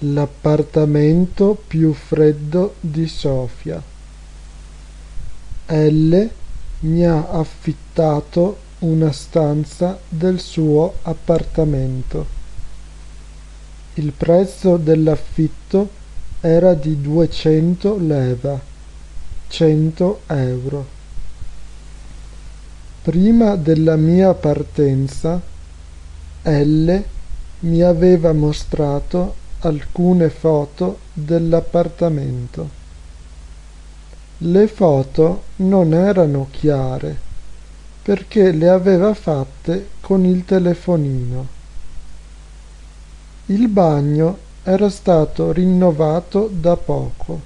L'appartamento più freddo di Sofia. Elle mi ha affittato una stanza del suo appartamento. Il prezzo dell'affitto era di 200 leva, 100 euro. Prima della mia partenza, Elle mi aveva mostrato alcune foto dell'appartamento. Le foto non erano chiare perché le aveva fatte con il telefonino. Il bagno era stato rinnovato da poco.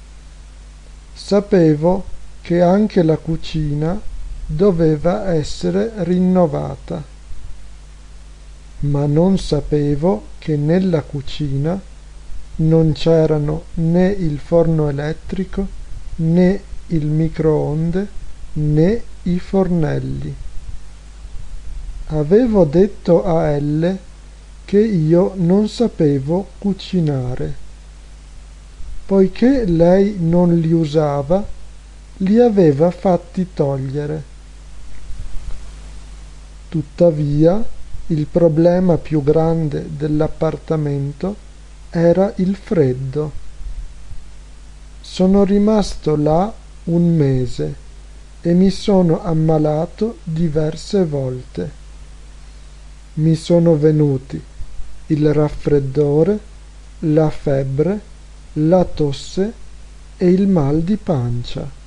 Sapevo che anche la cucina doveva essere rinnovata, ma non sapevo che nella cucina non c'erano né il forno elettrico, né il microonde, né i fornelli. Avevo detto a Elle che io non sapevo cucinare. Poiché lei non li usava, li aveva fatti togliere. Tuttavia, il problema più grande dell'appartamento era il freddo. Sono rimasto là un mese e mi sono ammalato diverse volte. Mi sono venuti il raffreddore, la febbre, la tosse e il mal di pancia.